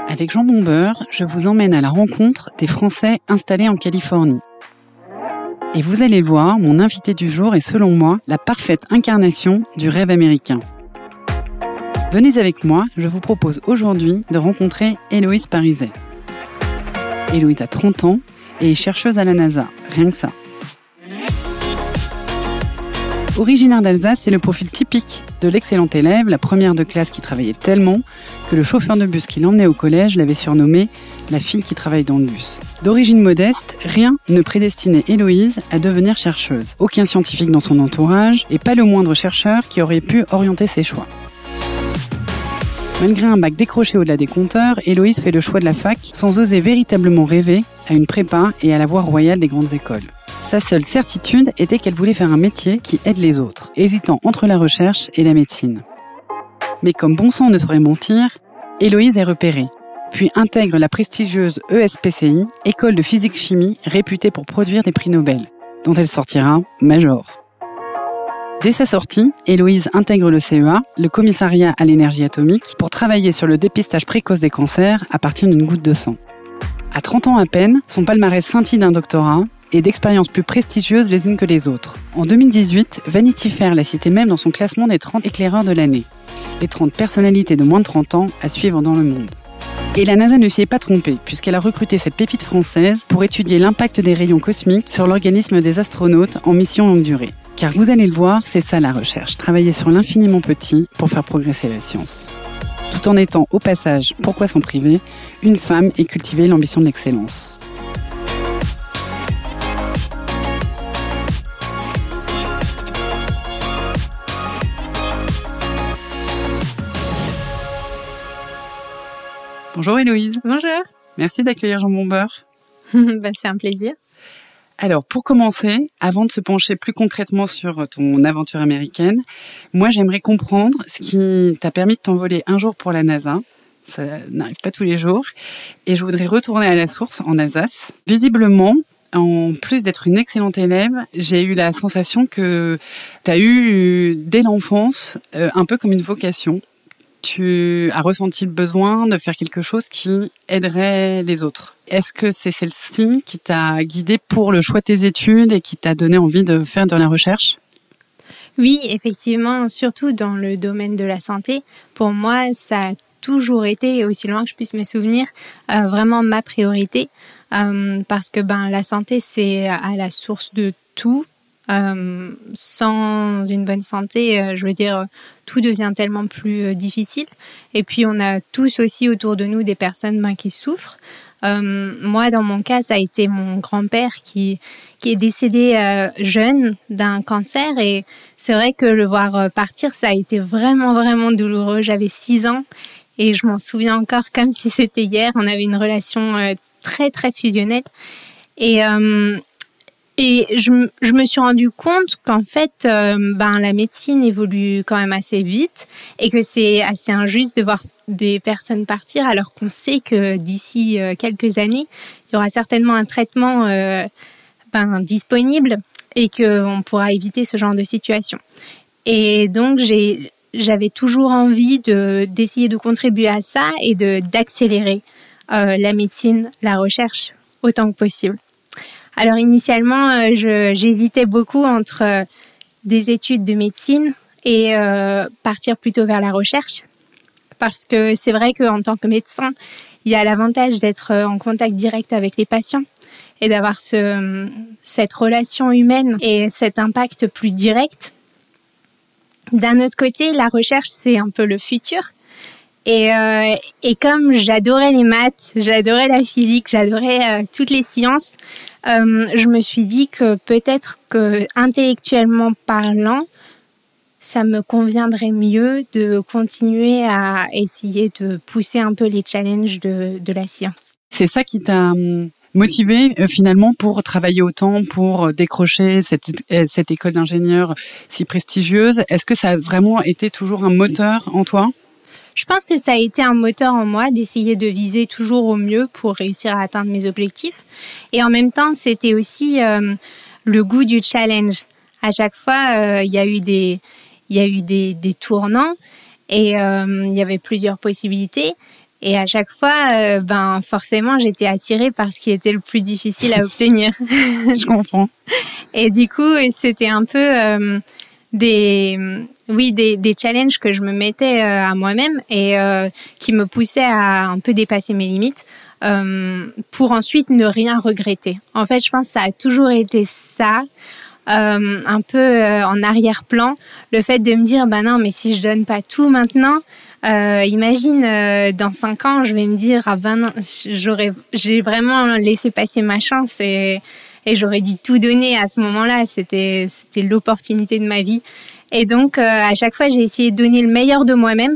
Avec Jean Bombeur, je vous emmène à la rencontre des Français installés en Californie. Et vous allez le voir, mon invité du jour est selon moi la parfaite incarnation du rêve américain. Venez avec moi, je vous propose aujourd'hui de rencontrer Héloïse Parizet. Héloïse a 30 ans et est chercheuse à la NASA, rien que ça. Originaire d'Alsace, c'est le profil typique de l'excellente élève, la première de classe qui travaillait tellement que le chauffeur de bus qui l'emmenait au collège l'avait surnommée la fille qui travaille dans le bus. D'origine modeste, rien ne prédestinait Héloïse à devenir chercheuse. Aucun scientifique dans son entourage et pas le moindre chercheur qui aurait pu orienter ses choix. Malgré un bac décroché au-delà des compteurs, Héloïse fait le choix de la fac sans oser véritablement rêver à une prépa et à la voie royale des grandes écoles. Sa seule certitude était qu'elle voulait faire un métier qui aide les autres, hésitant entre la recherche et la médecine. Mais comme bon sang ne saurait mentir, Héloïse est repérée, puis intègre la prestigieuse ESPCI, école de physique-chimie réputée pour produire des prix Nobel, dont elle sortira major. Dès sa sortie, Héloïse intègre le CEA, le commissariat à l'énergie atomique, pour travailler sur le dépistage précoce des cancers à partir d'une goutte de sang. À 30 ans à peine, son palmarès scintille d'un doctorat et d'expériences plus prestigieuses les unes que les autres. En 2018, Vanity Fair la citait même dans son classement des 30 éclaireurs de l'année. Les 30 personnalités de moins de 30 ans à suivre dans le monde. Et la NASA ne s'y est pas trompée, puisqu'elle a recruté cette pépite française pour étudier l'impact des rayons cosmiques sur l'organisme des astronautes en mission longue durée. Car vous allez le voir, c'est ça la recherche, travailler sur l'infiniment petit pour faire progresser la science. Tout en étant, au passage, pourquoi s'en priver, une femme et cultiver l'ambition de l'excellence. Bonjour Héloïse. Bonjour. Merci d'accueillir Jean Bombeur. C'est un plaisir. Alors, pour commencer, avant de se pencher plus concrètement sur ton aventure américaine, moi j'aimerais comprendre ce qui t'a permis de t'envoler un jour pour la NASA. Ça n'arrive pas tous les jours. Et je voudrais retourner à la source, en Alsace. Visiblement, en plus d'être une excellente élève, j'ai eu la sensation que tu as eu, dès l'enfance, un peu comme une vocation. Tu as ressenti le besoin de faire quelque chose qui aiderait les autres. Est-ce que c'est celle-ci qui t'a guidée pour le choix de tes études et qui t'a donné envie de faire de la recherche ? Oui, effectivement, surtout dans le domaine de la santé. Pour moi, ça a toujours été, aussi loin que je puisse me souvenir, vraiment ma priorité. Parce que la santé, c'est à la source de tout. Sans une bonne santé, tout devient tellement plus difficile. Et puis, on a tous aussi autour de nous des personnes qui souffrent. Moi, dans mon cas, ça a été mon grand-père qui est décédé jeune d'un cancer. Et c'est vrai que le voir partir, ça a été vraiment, vraiment douloureux. J'avais 6 ans et je m'en souviens encore comme si c'était hier. On avait une relation très, très fusionnelle. Et je me suis rendu compte qu'en fait, la médecine évolue quand même assez vite et que c'est assez injuste de voir des personnes partir alors qu'on sait que d'ici quelques années, il y aura certainement un traitement disponible et qu'on pourra éviter ce genre de situation. Et donc, j'avais toujours envie d'essayer de contribuer à ça et d'accélérer la médecine, la recherche autant que possible. Alors initialement, j'hésitais beaucoup entre des études de médecine et partir plutôt vers la recherche. Parce que c'est vrai qu'en tant que médecin, il y a l'avantage d'être en contact direct avec les patients et d'avoir cette relation humaine et cet impact plus direct. D'un autre côté, la recherche, c'est un peu le futur. Et comme j'adorais les maths, j'adorais la physique, j'adorais toutes les sciences, je me suis dit que peut-être que intellectuellement parlant, ça me conviendrait mieux de continuer à essayer de pousser un peu les challenges de la science. C'est ça qui t'a motivé finalement pour travailler autant, pour décrocher cette école d'ingénieur si prestigieuse. Est-ce que ça a vraiment été toujours un moteur en toi ? Je pense que ça a été un moteur en moi d'essayer de viser toujours au mieux pour réussir à atteindre mes objectifs. Et en même temps, c'était aussi le goût du challenge. À chaque fois, il y a eu des tournants et il y avait plusieurs possibilités. Et à chaque fois, forcément, j'étais attirée par ce qui était le plus difficile à obtenir. Je comprends. Et du coup, c'était un peu des challenges que je me mettais à moi-même et qui me poussaient à un peu dépasser mes limites pour ensuite ne rien regretter. En fait, je pense que ça a toujours été ça. Un peu en arrière-plan, le fait de me dire non, mais si je donne pas tout maintenant, imagine dans 5 ans je vais me dire non, j'ai vraiment laissé passer ma chance et j'aurais dû tout donner à ce moment-là. C'était l'opportunité de ma vie. Et donc à chaque fois j'ai essayé de donner le meilleur de moi-même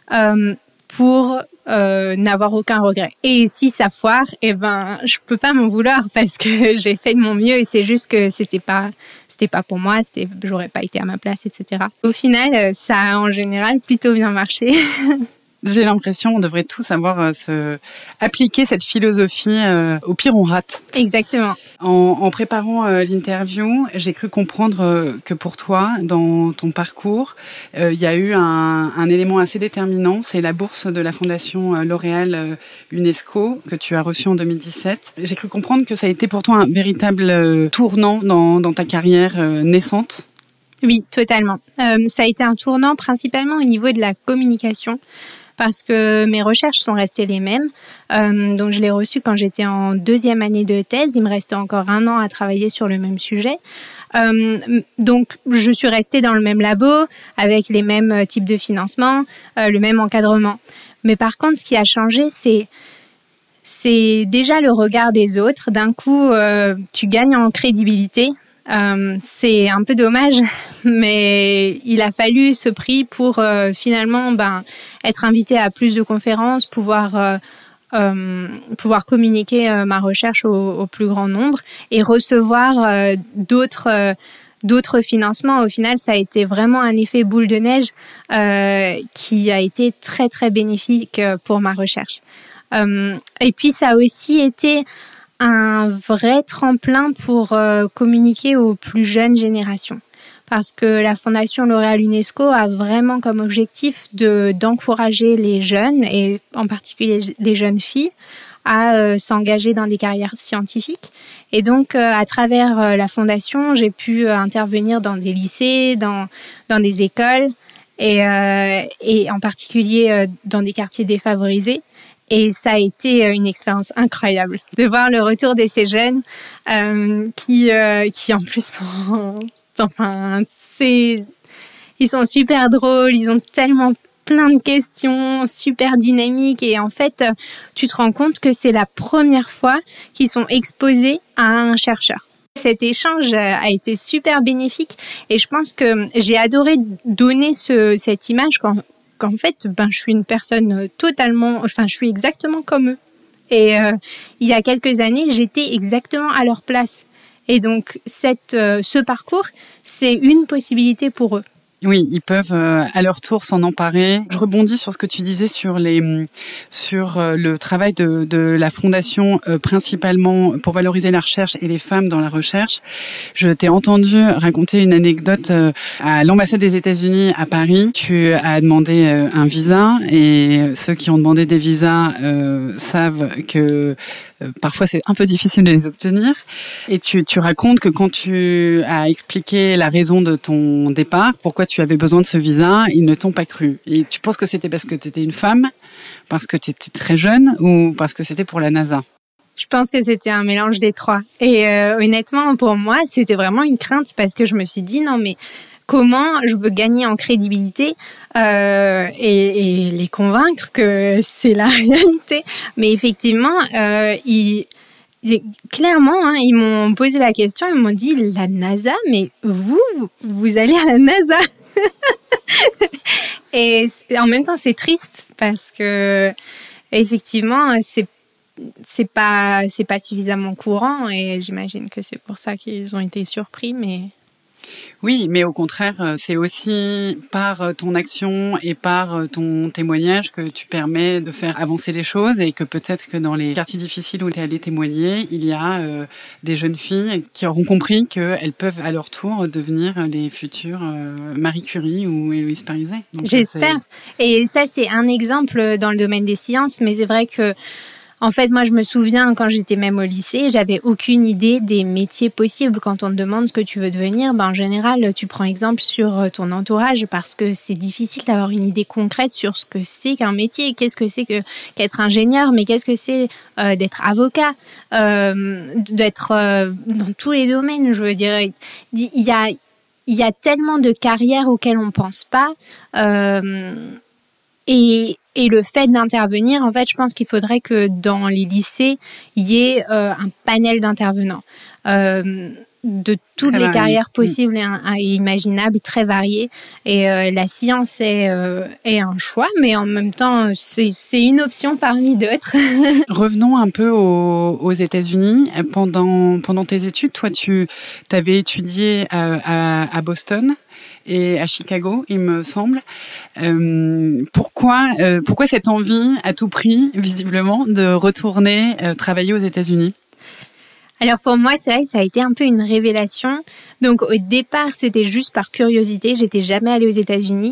pour n'avoir aucun regret. Et si ça foire, je peux pas m'en vouloir parce que j'ai fait de mon mieux et c'est juste que c'était pas pour moi, j'aurais pas été à ma place, etc. Au final, ça a en général plutôt bien marché. J'ai l'impression qu'on devrait tous avoir appliquer cette philosophie. Au pire, on rate. Exactement. En préparant l'interview, j'ai cru comprendre que pour toi, dans ton parcours, il y a eu un élément assez déterminant, c'est la bourse de la Fondation L'Oréal UNESCO que tu as reçue en 2017. J'ai cru comprendre que ça a été pour toi un véritable tournant dans ta carrière naissante. Oui, totalement. Ça a été un tournant principalement au niveau de la communication, parce que mes recherches sont restées les mêmes. Donc, je l'ai reçue quand j'étais en 2e année de thèse. Il me restait encore 1 an à travailler sur le même sujet. Donc, je suis restée dans le même labo, avec les mêmes types de financement, le même encadrement. Mais par contre, ce qui a changé, c'est déjà le regard des autres. D'un coup, tu gagnes en crédibilité. C'est un peu dommage, mais il a fallu ce prix pour finalement être invité à plus de conférences, pouvoir communiquer ma recherche au plus grand nombre et recevoir d'autres financements. Au final, ça a été vraiment un effet boule de neige qui a été très très bénéfique pour ma recherche. Et puis ça a aussi été un vrai tremplin pour communiquer aux plus jeunes générations. Parce que la Fondation L'Oréal UNESCO a vraiment comme objectif d'encourager les jeunes, et en particulier les jeunes filles, à s'engager dans des carrières scientifiques. Et donc, à travers la Fondation, j'ai pu intervenir dans des lycées, dans des écoles, et en particulier dans des quartiers défavorisés. Et ça a été une expérience incroyable de voir le retour de ces jeunes qui en plus sont, ils sont super drôles, ils ont tellement plein de questions, super dynamiques, et en fait, tu te rends compte que c'est la première fois qu'ils sont exposés à un chercheur. Cet échange a été super bénéfique et je pense que j'ai adoré donner cette image qu'en fait, je suis une personne je suis exactement comme eux. Et il y a quelques années, j'étais exactement à leur place. Et donc, ce parcours, c'est une possibilité pour eux. Oui, ils peuvent à leur tour s'en emparer. Je rebondis sur ce que tu disais sur le travail de la fondation principalement pour valoriser la recherche et les femmes dans la recherche. Je t'ai entendu raconter une anecdote à l'ambassade des États-Unis à Paris. Tu as demandé un visa et ceux qui ont demandé des visas savent que parfois, c'est un peu difficile de les obtenir. Et tu racontes que quand tu as expliqué la raison de ton départ, pourquoi tu avais besoin de ce visa, ils ne t'ont pas cru. Et tu penses que c'était parce que tu étais une femme, parce que tu étais très jeune ou parce que c'était pour la NASA ? Je pense que c'était un mélange des trois. Et honnêtement, pour moi, c'était vraiment une crainte parce que je me suis dit, non mais comment je peux gagner en crédibilité et les convaincre que c'est la réalité. Mais effectivement, clairement, ils m'ont posé la question, ils m'ont dit, la NASA, mais vous allez à la NASA. Et en même temps, c'est triste parce que effectivement, c'est pas suffisamment courant et j'imagine que c'est pour ça qu'ils ont été surpris, mais... Oui, mais au contraire, c'est aussi par ton action et par ton témoignage que tu permets de faire avancer les choses et que peut-être que dans les quartiers difficiles où tu es allé témoigner, il y a des jeunes filles qui auront compris qu'elles peuvent à leur tour devenir les futures Marie Curie ou Héloïse Parizet. Donc, j'espère. Et ça, c'est un exemple dans le domaine des sciences, mais c'est vrai que en fait, moi, je me souviens, quand j'étais même au lycée, j'avais aucune idée des métiers possibles. Quand on te demande ce que tu veux devenir, en général, tu prends exemple sur ton entourage parce que c'est difficile d'avoir une idée concrète sur ce que c'est qu'un métier. Qu'est-ce que c'est qu'être ingénieur, mais qu'est-ce que c'est d'être avocat, d'être dans tous les domaines, je veux dire. Il y a tellement de carrières auxquelles on ne pense pas. Et le fait d'intervenir, en fait, je pense qu'il faudrait que dans les lycées, il y ait un panel d'intervenants de toutes les carrières possibles et imaginables, très variées. Et la science est un choix, mais en même temps, c'est une option parmi d'autres. Revenons un peu aux États-Unis. Pendant tes études, toi, tu avais étudié à Boston et à Chicago, il me semble. Pourquoi cette envie, à tout prix, visiblement, de retourner travailler aux États-Unis ? Alors pour moi, c'est vrai que ça a été un peu une révélation. Donc au départ, c'était juste par curiosité. J'étais jamais allée aux États-Unis.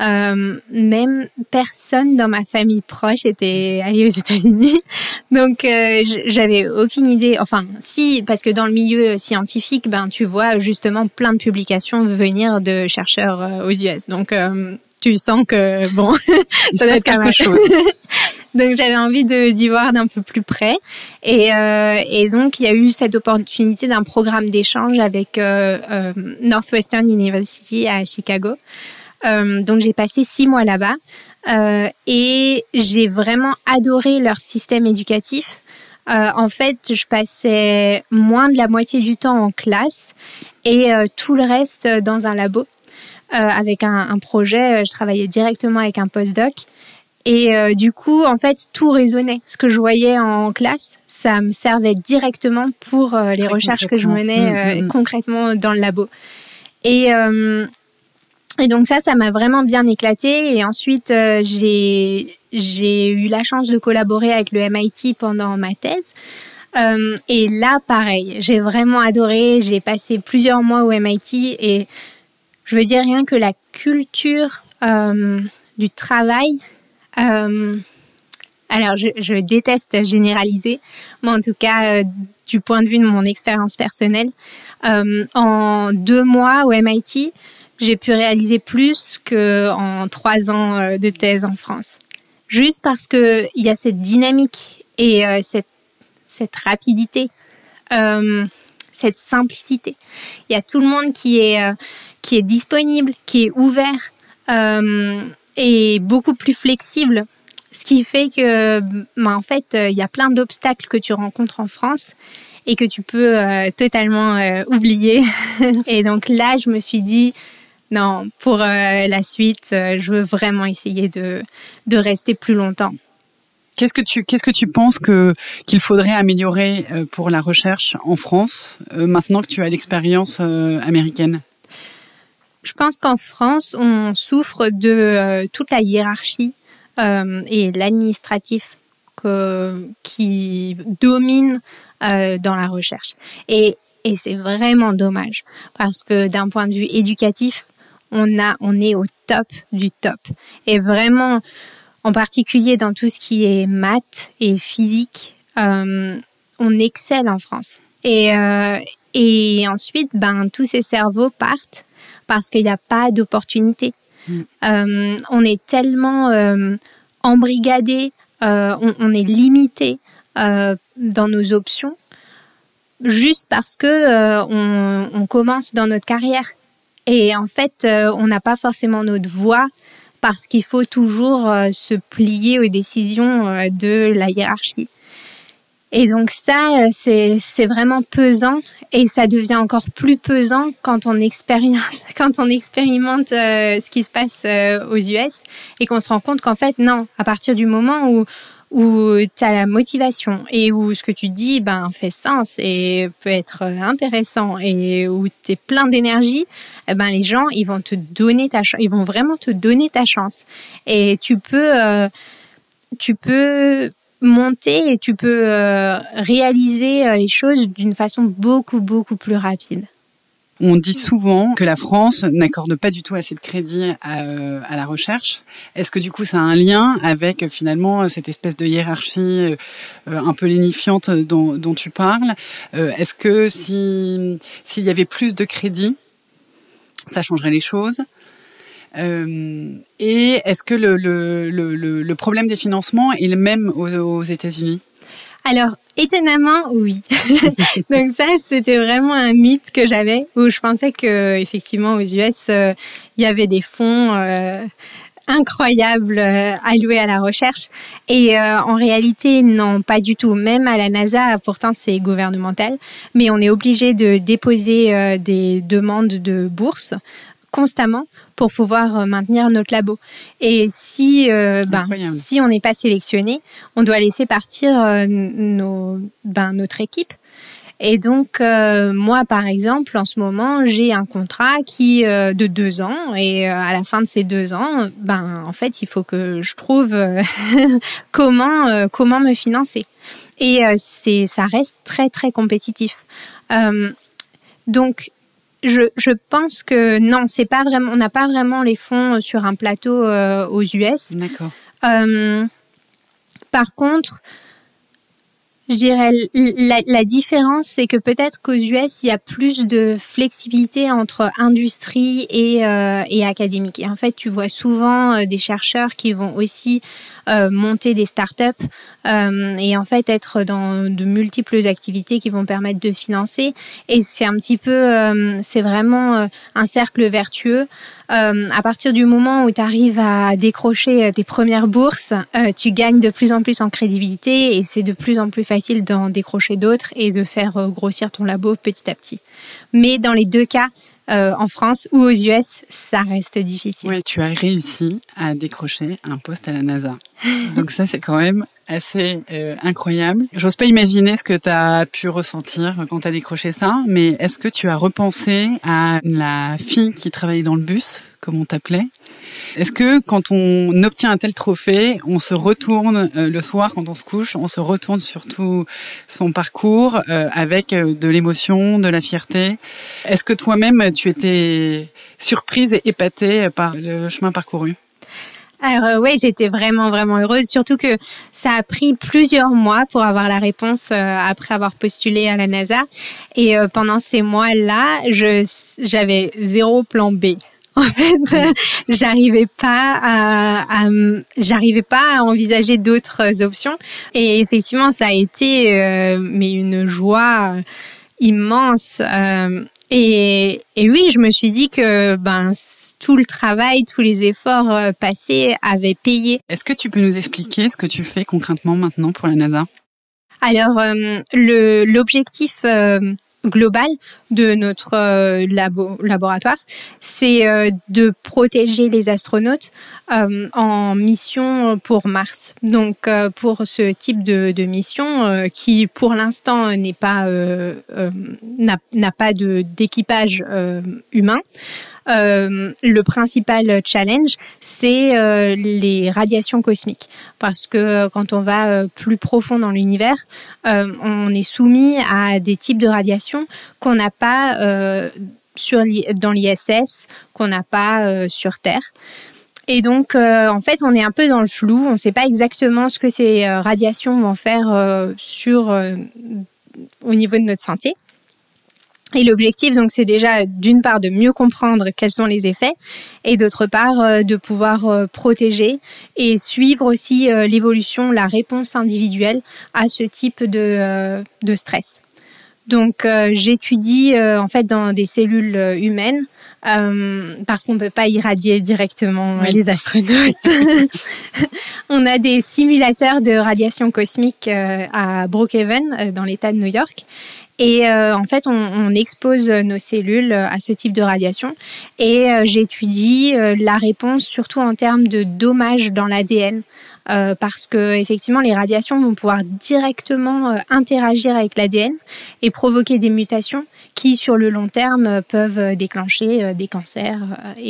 Même personne dans ma famille proche était allé aux États-Unis. Donc j'avais aucune idée. Enfin, si, parce que dans le milieu scientifique, tu vois justement plein de publications venir de chercheurs aux US. Donc tu sens que bon, ça doit être quelque chose. Donc j'avais envie d'y voir d'un peu plus près. Et donc il y a eu cette opportunité d'un programme d'échange avec Northwestern University à Chicago. Donc j'ai passé 6 mois là-bas et j'ai vraiment adoré leur système éducatif. En fait, je passais moins de la moitié du temps en classe et tout le reste dans un labo avec un projet. Je travaillais directement avec un postdoc. Et du coup, en fait, tout résonnait. Ce que je voyais en classe, ça me servait directement pour les recherches que je menais concrètement dans le labo. Et donc ça m'a vraiment bien éclaté. Et ensuite, j'ai eu la chance de collaborer avec le MIT pendant ma thèse. Et là, pareil, j'ai vraiment adoré. J'ai passé plusieurs mois au MIT et je veux dire rien que la culture du travail. Alors, je déteste généraliser, mais en tout cas, du point de vue de mon expérience personnelle, en 2 mois au MIT, j'ai pu réaliser plus qu'en 3 ans de thèse en France. Juste parce qu'il y a cette dynamique et cette rapidité, cette simplicité. Il y a tout le monde qui est disponible, qui est ouvert et beaucoup plus flexible. Ce qui fait que, en fait, il y a plein d'obstacles que tu rencontres en France et que tu peux totalement oublier. Et donc là, je me suis dit, non, pour la suite, je veux vraiment essayer de rester plus longtemps. Qu'est-ce que tu penses qu'il faudrait améliorer pour la recherche en France, maintenant que tu as l'expérience américaine ? Je pense qu'en France, on souffre de toute la hiérarchie et l'administratif qui domine dans la recherche. Et c'est vraiment dommage parce que d'un point de vue éducatif, on est au top du top. Et vraiment, en particulier dans tout ce qui est maths et physique, on excelle en France. Et ensuite, tous ces cerveaux partent parce qu'il n'y a pas d'opportunité. On est tellement embrigadés, on est limité dans nos options juste parce que on commence dans notre carrière. Et en fait, on n'a pas forcément notre voix parce qu'il faut toujours se plier aux décisions de la hiérarchie. Et donc ça, c'est vraiment pesant et ça devient encore plus pesant quand on expérimente ce qui se passe aux US et qu'on se rend compte qu'en fait, non, à partir du moment où où tu as la motivation et où ce que tu dis fait sens et peut être intéressant et où tu es plein d'énergie, les gens, ils vont te donner ils vont vraiment te donner ta chance. Et tu peux monter et tu peux réaliser les choses d'une façon beaucoup, beaucoup plus rapide. On dit souvent que la France n'accorde pas du tout assez de crédit à la recherche. Est-ce que du coup ça a un lien avec finalement cette espèce de hiérarchie un peu lénifiante dont tu parles? Est-ce que s'il y avait plus de crédit, ça changerait les choses? Et est-ce que le problème des financements est le même aux États-Unis? Alors, étonnamment, oui. Donc ça, c'était vraiment un mythe que j'avais, où je pensais que effectivement aux US, il y avait des fonds incroyables alloués à la recherche. Et en réalité, non, pas du tout. Même à la NASA, pourtant c'est gouvernemental, mais on est obligé de déposer des demandes de bourse constamment pour pouvoir maintenir notre labo. Et si on n'est pas sélectionné, on doit laisser partir notre équipe. Et donc, moi, par exemple, en ce moment, j'ai un contrat qui de 2 ans. Et à la fin de ces 2 ans, en fait, il faut que je trouve comment me financer. Et ça reste très, très compétitif. Donc, je pense que non, c'est pas vraiment. On n'a pas vraiment les fonds sur un plateau aux US. D'accord. Par contre, je dirais la différence, c'est que peut-être qu'aux US, il y a plus de flexibilité entre industrie et académique. Et en fait, tu vois souvent des chercheurs qui vont aussi monter des startups et en fait être dans de multiples activités qui vont permettre de financer. Et c'est un petit peu, c'est vraiment un cercle vertueux. À partir du moment où tu arrives à décrocher tes premières bourses, tu gagnes de plus en plus en crédibilité et c'est de plus en plus facile d'en décrocher d'autres et de faire grossir ton labo petit à petit. Mais dans les 2 cas, en France ou aux US, ça reste difficile. Oui, tu as réussi à décrocher un poste à la NASA. Donc ça, c'est quand même assez incroyable. J'ose pas imaginer ce que tu as pu ressentir quand tu as décroché ça, mais est-ce que tu as repensé à la fille qui travaillait dans le bus, comme on t'appelait? Est-ce que quand on obtient un tel trophée, on se retourne le soir quand on se couche, on se retourne sur tout son parcours avec de l'émotion, de la fierté? Est-ce que toi-même, tu étais surprise et épatée par le chemin parcouru? Alors oui, j'étais vraiment, vraiment heureuse, surtout que ça a pris plusieurs mois pour avoir la réponse après avoir postulé à la NASA. Et pendant ces mois-là, j'avais 0 plan B. En fait, j'arrivais pas à envisager d'autres options. Et effectivement, ça a été mais une joie immense. Et oui, je me suis dit que tout le travail, tous les efforts passés avaient payé. Est-ce que tu peux nous expliquer ce que tu fais concrètement maintenant pour la NASA? Alors, l'objectif global de notre laboratoire, c'est de protéger les astronautes en mission pour Mars. Donc, pour ce type de mission qui, pour l'instant, n'a pas d'équipage humain. Le principal challenge, c'est les radiations cosmiques. Parce que quand on va plus profond dans l'univers, on est soumis à des types de radiations qu'on n'a pas dans l'ISS, qu'on n'a pas sur Terre. Et donc, en fait, on est un peu dans le flou. On ne sait pas exactement ce que ces radiations vont faire au niveau de notre santé. Et l'objectif, donc, c'est déjà d'une part de mieux comprendre quels sont les effets et d'autre part de pouvoir protéger et suivre aussi l'évolution, la réponse individuelle à ce type de stress. Donc, j'étudie en fait dans des cellules humaines parce qu'on ne peut pas irradier directement les astronautes. On a des simulateurs de radiation cosmique à Brookhaven, dans l'État de New York. Et en fait, on expose nos cellules à ce type de radiation. Et j'étudie la réponse surtout en termes de dommages dans l'ADN. Parce que effectivement, les radiations vont pouvoir directement interagir avec l'ADN et provoquer des mutations qui, sur le long terme, peuvent déclencher des cancers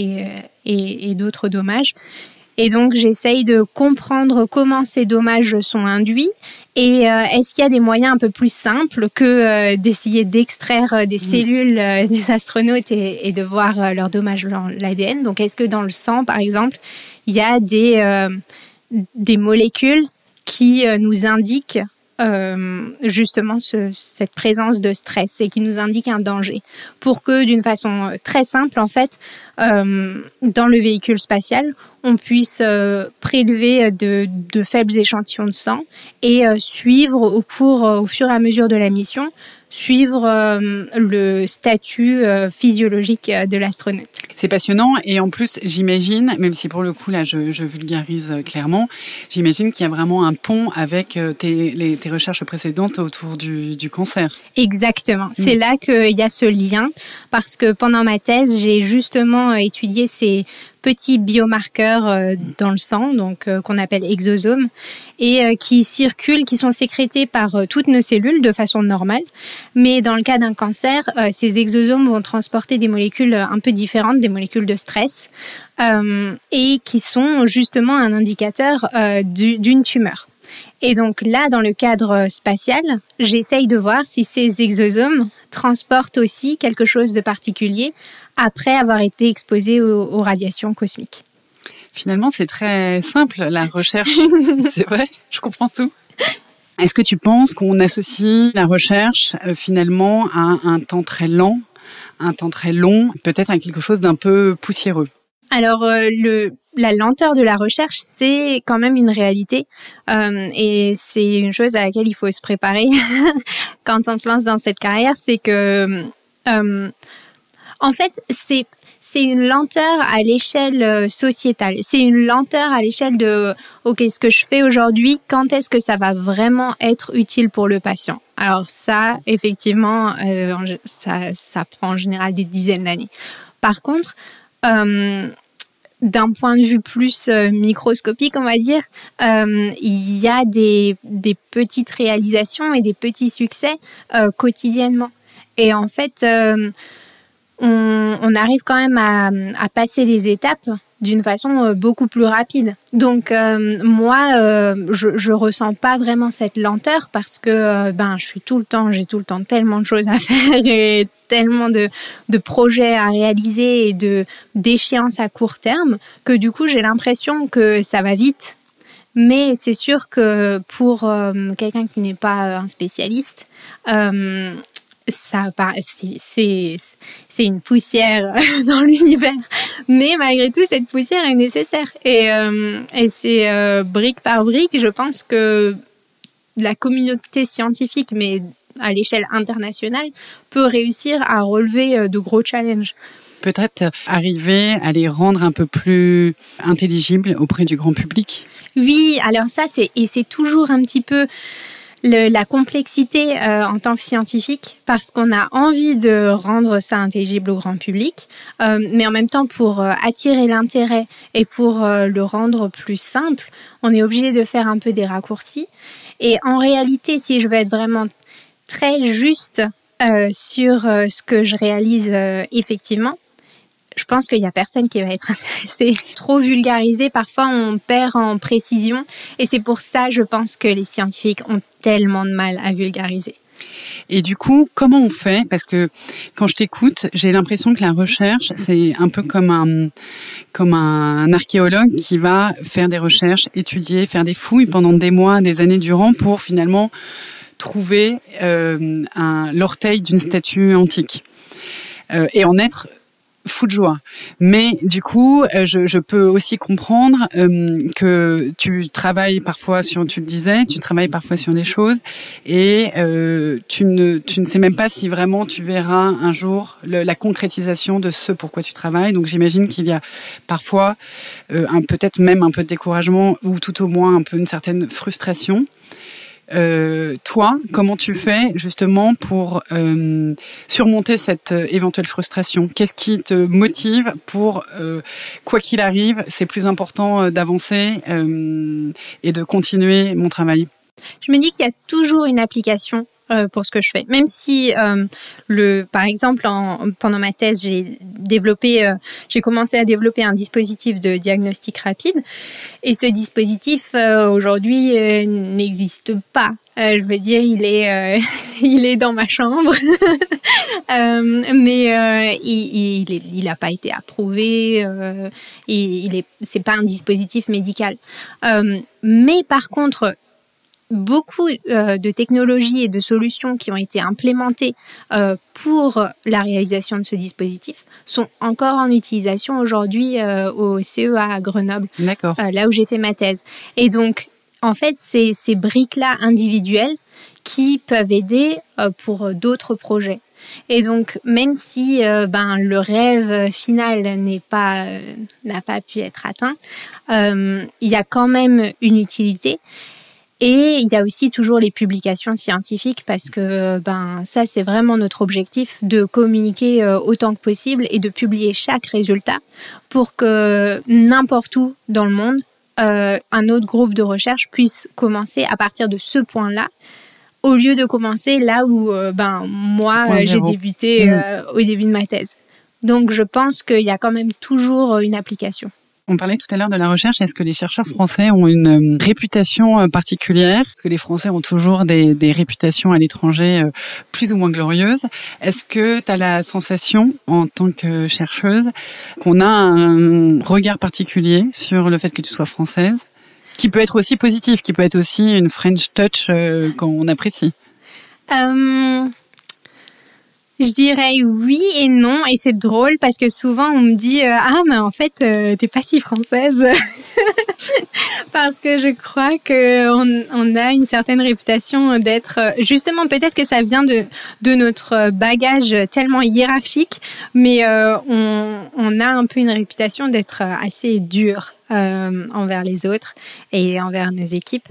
et d'autres dommages. Et donc, j'essaye de comprendre comment ces dommages sont induits et est-ce qu'il y a des moyens un peu plus simples que d'essayer d'extraire des cellules des astronautes et de voir leurs dommages dans l'ADN. Donc, est-ce que dans le sang, par exemple, il y a des molécules qui nous indiquent justement cette présence de stress et qui nous indiquent un danger pour que d'une façon très simple en fait dans le véhicule spatial on puisse prélever de faibles échantillons de sang et suivre au fur et à mesure de la mission suivre le statut physiologique de l'astronaute. C'est passionnant et en plus, j'imagine, même si pour le coup, là, je vulgarise clairement, j'imagine qu'il y a vraiment un pont avec tes recherches précédentes autour du cancer. Exactement. C'est là qu'il y a ce lien parce que pendant ma thèse, j'ai justement étudié ces petits biomarqueurs dans le sang, donc qu'on appelle exosomes, et qui circulent, qui sont sécrétés par toutes nos cellules de façon normale. Mais dans le cas d'un cancer, ces exosomes vont transporter des molécules un peu différentes, des molécules de stress, et qui sont justement un indicateur d'une tumeur. Et donc là, dans le cadre spatial, j'essaye de voir si ces exosomes transportent aussi quelque chose de particulier après avoir été exposés aux radiations cosmiques. Finalement, c'est très simple, la recherche. C'est vrai, je comprends tout. Est-ce que tu penses qu'on associe la recherche finalement à un temps très lent, un temps très long, peut-être à quelque chose d'un peu poussiéreux ? Alors, la lenteur de la recherche, c'est quand même une réalité et c'est une chose à laquelle il faut se préparer quand on se lance dans cette carrière. C'est que, en fait, c'est une lenteur à l'échelle sociétale. C'est une lenteur à l'échelle de « OK, ce que je fais aujourd'hui, quand est-ce que ça va vraiment être utile pour le patient ?» Alors ça, effectivement, ça prend en général des dizaines d'années. Par contre, d'un point de vue plus microscopique, on va dire, il y a des petites réalisations et des petits succès quotidiennement. Et en fait, on arrive quand même à passer les étapes d'une façon beaucoup plus rapide. Donc moi, je ressens pas vraiment cette lenteur parce que j'ai tout le temps tellement de choses à faire et tellement de projets à réaliser et d'échéances à court terme que du coup j'ai l'impression que ça va vite. Mais c'est sûr que pour quelqu'un qui n'est pas un spécialiste, c'est une poussière dans l'univers, mais malgré tout cette poussière est nécessaire et c'est brique par brique. Je pense que la communauté scientifique, mais à l'échelle internationale, peut réussir à relever de gros challenges. Peut-être arriver à les rendre un peu plus intelligibles auprès du grand public. Oui, alors ça c'est toujours un petit peu la complexité en tant que scientifique parce qu'on a envie de rendre ça intelligible au grand public, mais en même temps pour attirer l'intérêt et pour le rendre plus simple, on est obligé de faire un peu des raccourcis. Et en réalité, si je veux être vraiment très juste sur ce que je réalise effectivement, je pense qu'il n'y a personne qui va être intéressé. Trop vulgarisé, parfois on perd en précision. Et c'est pour ça, je pense que les scientifiques ont tellement de mal à vulgariser. Et du coup, comment on fait ? Parce que quand je t'écoute, j'ai l'impression que la recherche, c'est un peu comme un archéologue qui va faire des recherches, étudier, faire des fouilles pendant des mois, des années durant pour finalement trouver l'orteil d'une statue antique et en être fou de joie. Mais du coup, je peux aussi comprendre que tu travailles parfois sur des choses et tu ne sais même pas si vraiment tu verras un jour la concrétisation de ce pourquoi tu travailles. Donc j'imagine qu'il y a parfois peut-être même un peu de découragement ou tout au moins un peu une certaine frustration. Toi, comment tu fais justement pour surmonter cette éventuelle frustration? Qu'est-ce qui te motive pour, quoi qu'il arrive, c'est plus important d'avancer et de continuer mon travail? Je me dis qu'il y a toujours une application pour ce que je fais. Même si, par exemple, pendant ma thèse, j'ai commencé à développer un dispositif de diagnostic rapide. Et ce dispositif, aujourd'hui, n'existe pas. Je veux dire, il est dans ma chambre, mais il n'a pas été approuvé. C'est pas un dispositif médical. Mais par contre, beaucoup de technologies et de solutions qui ont été implémentées pour la réalisation de ce dispositif sont encore en utilisation aujourd'hui au CEA à Grenoble, là où j'ai fait ma thèse. Et donc, en fait, c'est ces briques-là individuelles qui peuvent aider pour d'autres projets. Et donc, même si le rêve final n'a pas pu être atteint, il y a quand même une utilité. Et il y a aussi toujours les publications scientifiques parce que ça, c'est vraiment notre objectif, de communiquer autant que possible et de publier chaque résultat pour que n'importe où dans le monde, un autre groupe de recherche puisse commencer à partir de ce point-là, au lieu de commencer là où moi, j'ai débuté au début de ma thèse. Donc, je pense qu'il y a quand même toujours une application. On parlait tout à l'heure de la recherche. Est-ce que les chercheurs français ont une réputation particulière? Est-ce que les Français ont toujours des réputations à l'étranger plus ou moins glorieuses? Est-ce que tu as la sensation, en tant que chercheuse, qu'on a un regard particulier sur le fait que tu sois française, qui peut être aussi positif, qui peut être aussi une French touch qu'on apprécie? Je dirais oui et non, et c'est drôle parce que souvent on me dit mais en fait t'es pas si française parce que je crois que on a une certaine réputation d'être justement, peut-être que ça vient de notre bagage tellement hiérarchique, mais on a un peu une réputation d'être assez dur envers les autres et envers nos équipes.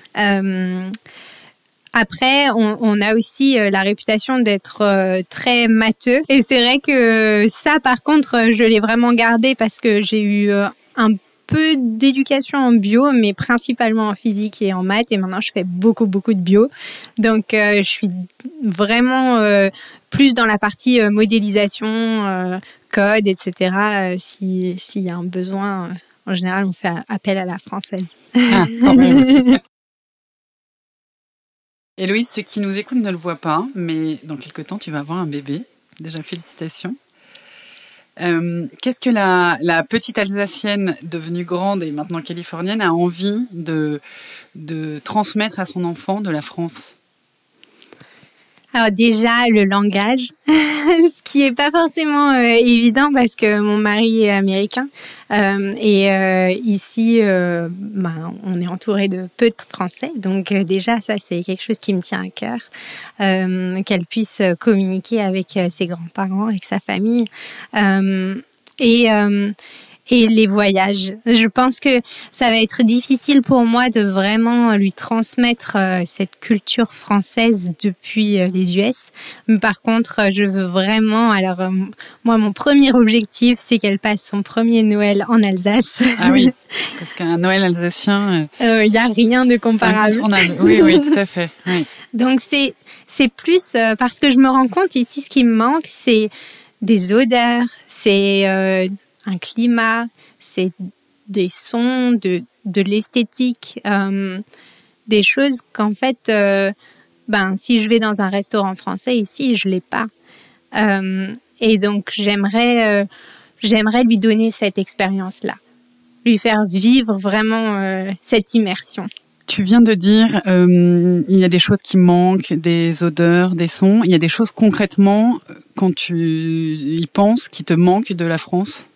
Après, on a aussi la réputation d'être très matheux. Et c'est vrai que ça, par contre, je l'ai vraiment gardé parce que j'ai eu un peu d'éducation en bio, mais principalement en physique et en maths. Et maintenant, je fais beaucoup de bio. Donc, je suis vraiment plus dans la partie modélisation, code, etc. S'il y a un besoin, en général, on fait appel à la française. Ah, quand même. Héloïse, ceux qui nous écoutent ne le voient pas, mais dans quelques temps, tu vas avoir un bébé. Déjà, félicitations. Qu'est-ce que la petite Alsacienne devenue grande et maintenant californienne a envie de transmettre à son enfant de la France? Alors déjà, le langage, ce qui est pas forcément évident parce que mon mari est américain ici, on est entouré de peu de Français. Donc déjà, ça, c'est quelque chose qui me tient à cœur, qu'elle puisse communiquer avec ses grands-parents, avec sa famille. Et les voyages. Je pense que ça va être difficile pour moi de vraiment lui transmettre cette culture française depuis les US. Mais par contre, je veux vraiment... Alors, moi, mon premier objectif, c'est qu'elle passe son premier Noël en Alsace. Ah oui, parce qu'un Noël alsacien... Il n'y a rien de comparable. Oui, tout à fait. Oui. Donc, c'est plus parce que je me rends compte ici, ce qui me manque, c'est des odeurs, c'est... un climat, c'est des sons, de l'esthétique, des choses qu'en fait, si je vais dans un restaurant français ici, je l'ai pas. Et donc, j'aimerais lui donner cette expérience-là, lui faire vivre vraiment cette immersion. Tu viens de dire, il y a des choses qui manquent, des odeurs, des sons. Il y a des choses concrètement, quand tu y penses, qui te manquent de la France?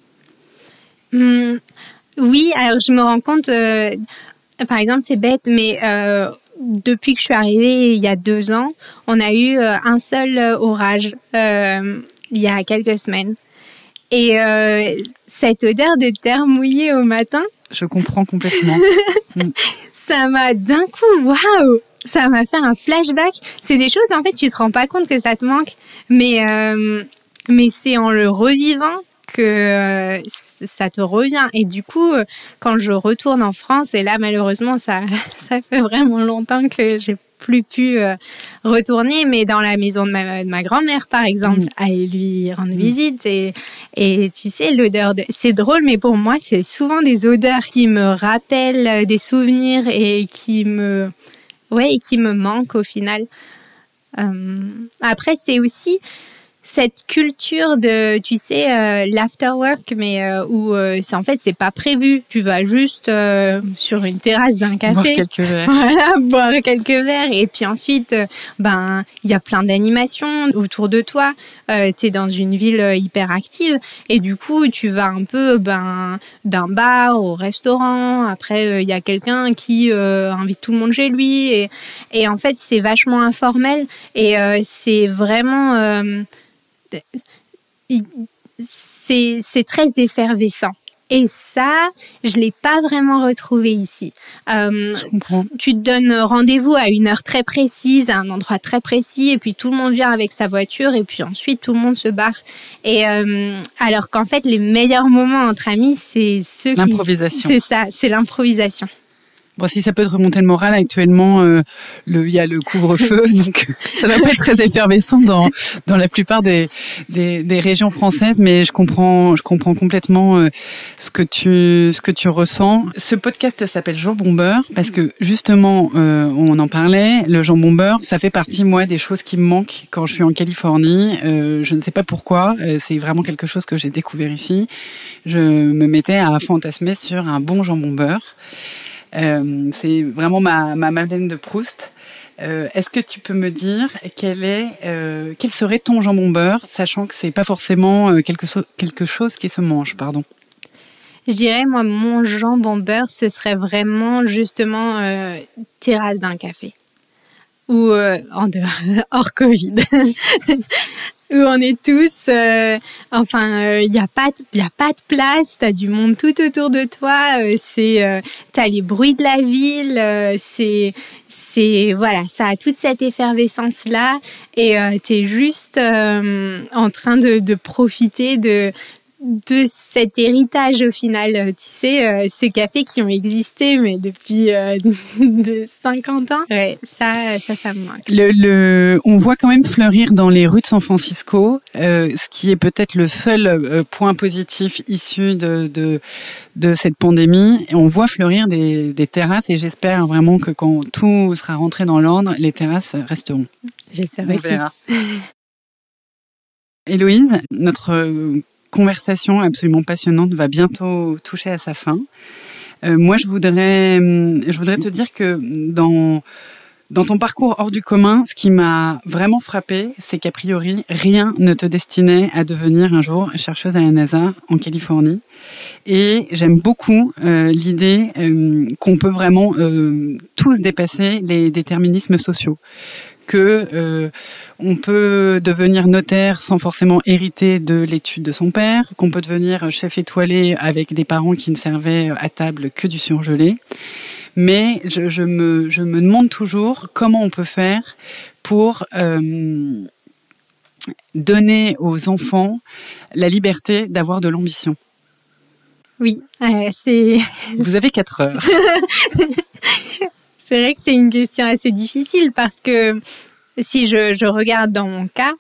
Oui, alors je me rends compte, par exemple, c'est bête, mais depuis que je suis arrivée il y a 2 ans, on a eu un seul orage il y a quelques semaines. Et cette odeur de terre mouillée au matin... Je comprends complètement. Ça m'a d'un coup, waouh, Ça m'a fait un flashback. C'est des choses, en fait, tu te rends pas compte que ça te manque, mais c'est en le revivant que ça te revient. Et du coup, quand je retourne en France, et là, malheureusement, ça fait vraiment longtemps que j'ai plus pu retourner, mais dans la maison de ma grand-mère, par exemple, aller lui rendre visite. Et tu sais, l'odeur c'est drôle, mais pour moi, c'est souvent des odeurs qui me rappellent des souvenirs et qui me manquent au final. Après, c'est aussi cette culture de, tu sais, l'afterwork, mais où c'est pas prévu. Tu vas juste sur une terrasse d'un café. Boire quelques verres. Voilà, boire quelques verres. Et puis ensuite, il y a plein d'animations autour de toi. T'es dans une ville hyper active. Et du coup, tu vas un peu, d'un bar au restaurant. Après, il y a quelqu'un qui invite tout le monde chez lui. Et en fait, c'est vachement informel. Et c'est vraiment... c'est très effervescent. Et ça, je l'ai pas vraiment retrouvé ici. Je comprends. Tu te donnes rendez-vous à une heure très précise, à un endroit très précis, et puis tout le monde vient avec sa voiture, et puis ensuite tout le monde se barre. Et alors qu'en fait, les meilleurs moments entre amis, c'est l'improvisation. C'est ça, c'est l'improvisation. Bon, si ça peut te remonter le moral, actuellement, il y a le couvre-feu, donc ça va pas être très effervescent dans la plupart des régions françaises, mais je comprends complètement ce que tu ressens. Ce podcast s'appelle Jambon Beurre parce que justement, on en parlait, le jambon beurre, ça fait partie moi des choses qui me manquent quand je suis en Californie. Je ne sais pas pourquoi, c'est vraiment quelque chose que j'ai découvert ici. Je me mettais à fantasmer sur un bon jambon beurre. C'est vraiment ma Madeleine de Proust. Est-ce que tu peux me dire quel serait ton jambon beurre, sachant que c'est pas forcément quelque chose qui se mange, pardon. Je dirais, moi, mon jambon beurre, ce serait vraiment justement terrasse d'un café. Ou en dehors, hors Covid. Où on est tous, il y a pas de place, t'as du monde tout autour de toi, t'as les bruits de la ville, voilà, ça a toute cette effervescence là, et t'es juste en train de profiter de cet héritage au final, tu sais, ces cafés qui ont existé mais depuis de 50 ans. Ouais, ça me manque. On voit quand même fleurir dans les rues de San Francisco, ce qui est peut-être le seul point positif issu de cette pandémie. Et on voit fleurir des terrasses et j'espère vraiment que quand tout sera rentré dans l'ordre, les terrasses resteront. J'espère aussi. Héloïse, notre conversation absolument passionnante va bientôt toucher à sa fin. Moi, je voudrais te dire que dans ton parcours hors du commun, ce qui m'a vraiment frappée, c'est qu'a priori, rien ne te destinait à devenir un jour chercheuse à la NASA en Californie. Et j'aime beaucoup l'idée qu'on peut vraiment tous dépasser les déterminismes sociaux. Que on peut devenir notaire sans forcément hériter de l'étude de son père, qu'on peut devenir chef étoilé avec des parents qui ne servaient à table que du surgelé. Mais je me demande toujours comment on peut faire pour donner aux enfants la liberté d'avoir de l'ambition. Oui, c'est... Vous avez 4 heures. C'est vrai que c'est une question assez difficile parce que si je regarde dans mon cas,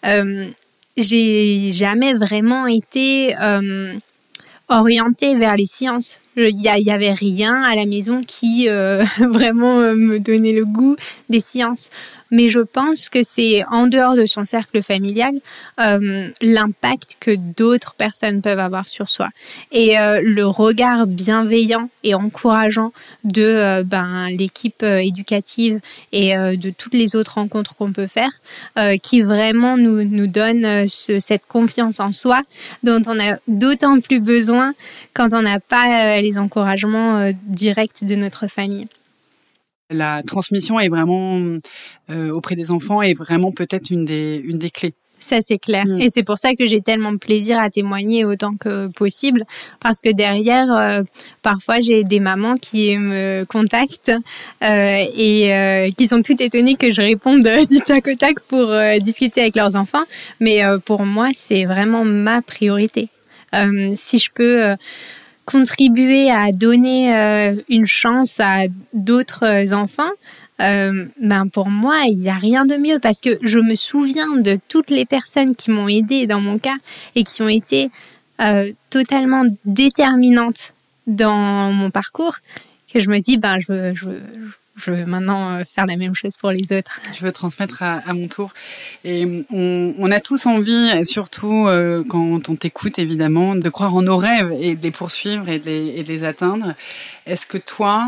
j'ai jamais vraiment été orientée vers les sciences. Il y avait rien à la maison qui vraiment me donnait le goût des sciences. Mais je pense que c'est en dehors de son cercle familial l'impact que d'autres personnes peuvent avoir sur soi. Et le regard bienveillant et encourageant de l'équipe éducative et de toutes les autres rencontres qu'on peut faire qui vraiment nous donne cette confiance en soi dont on a d'autant plus besoin quand on n'a pas les encouragements directs de notre famille. La transmission est vraiment auprès des enfants est vraiment peut-être une des clés. Ça, c'est clair. Et c'est pour ça que j'ai tellement de plaisir à témoigner autant que possible. Parce que derrière, parfois, j'ai des mamans qui me contactent et qui sont toutes étonnées que je réponde du tac au tac pour discuter avec leurs enfants. Mais pour moi, c'est vraiment ma priorité. Si je peux contribuer à donner une chance à d'autres enfants, pour moi, il n'y a rien de mieux parce que je me souviens de toutes les personnes qui m'ont aidée dans mon cas et qui ont été totalement déterminantes dans mon parcours, que je me dis, je veux maintenant faire la même chose pour les autres. Je veux transmettre à mon tour. Et on a tous envie, surtout quand on t'écoute évidemment, de croire en nos rêves et de les poursuivre et de les atteindre. Est-ce que toi,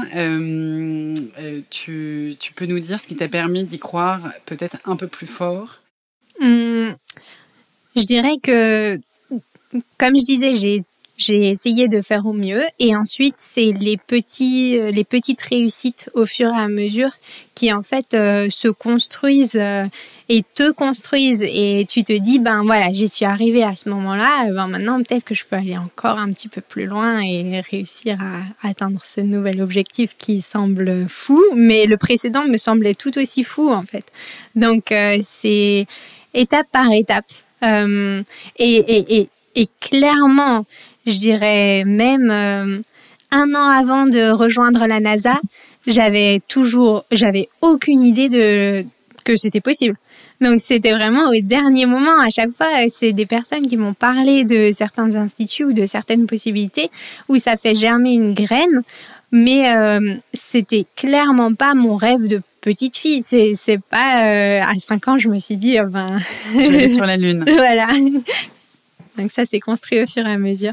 tu peux nous dire ce qui t'a permis d'y croire peut-être un peu plus fort ? Je dirais que, comme je disais, j'ai essayé de faire au mieux et ensuite c'est les petites réussites au fur et à mesure qui en fait se construisent et te construisent et tu te dis voilà, j'y suis arrivée à ce moment-là, maintenant peut-être que je peux aller encore un petit peu plus loin et réussir à atteindre ce nouvel objectif qui semble fou, mais le précédent me semblait tout aussi fou en fait. Donc c'est étape par étape et clairement, je dirais même 1 an avant de rejoindre la NASA, j'avais aucune idée que c'était possible. Donc c'était vraiment au dernier moment. À chaque fois, c'est des personnes qui m'ont parlé de certains instituts ou de certaines possibilités où ça fait germer une graine, mais c'était clairement pas mon rêve de petite fille. C'est pas à 5 ans je me suis dit je vais aller sur la Lune. Voilà. Donc ça s'est construit au fur et à mesure.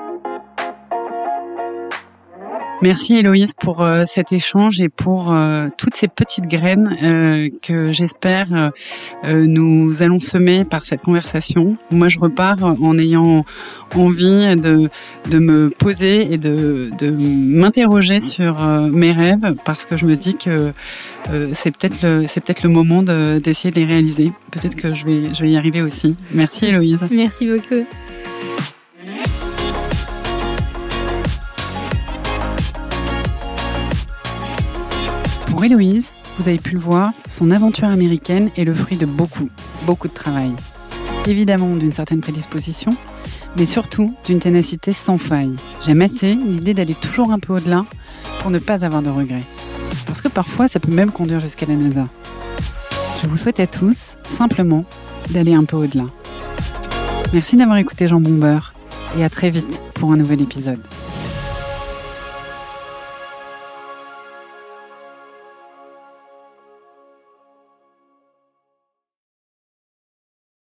Merci Héloïse pour cet échange et pour toutes ces petites graines que j'espère nous allons semer par cette conversation. Moi, je repars en ayant envie de me poser et de m'interroger sur mes rêves parce que je me dis que c'est peut-être le moment d'essayer de les réaliser. Peut-être que je vais y arriver aussi. Merci Héloïse. Merci beaucoup. Pour Héloïse, vous avez pu le voir, son aventure américaine est le fruit de beaucoup de travail. Évidemment d'une certaine prédisposition, mais surtout d'une ténacité sans faille. J'aime assez l'idée d'aller toujours un peu au-delà pour ne pas avoir de regrets. Parce que parfois, ça peut même conduire jusqu'à la NASA. Je vous souhaite à tous, simplement, d'aller un peu au-delà. Merci d'avoir écouté Jambon Beurre et à très vite pour un nouvel épisode.